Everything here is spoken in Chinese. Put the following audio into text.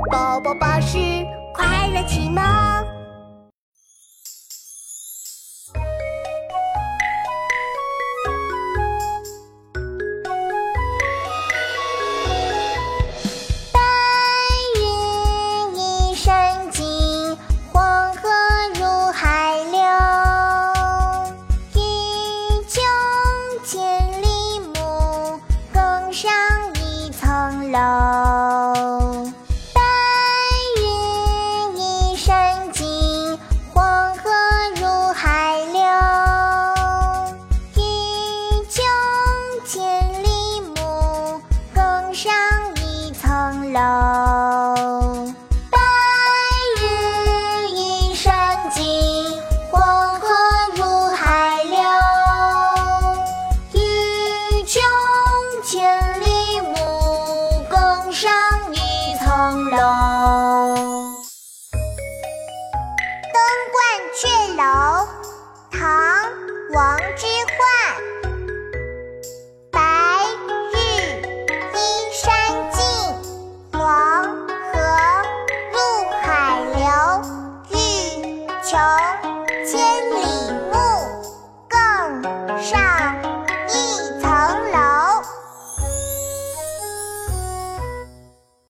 宝宝巴士快乐启蒙。白云依山尽，黄河入海流。欲穷千里目，更上一层楼。白云依山尽，黄河入海流。欲穷千里目，更上一层楼。白云依山尽，黄河入海流。欲穷千里目，更上一层楼。登鹳雀楼，唐·王之涣。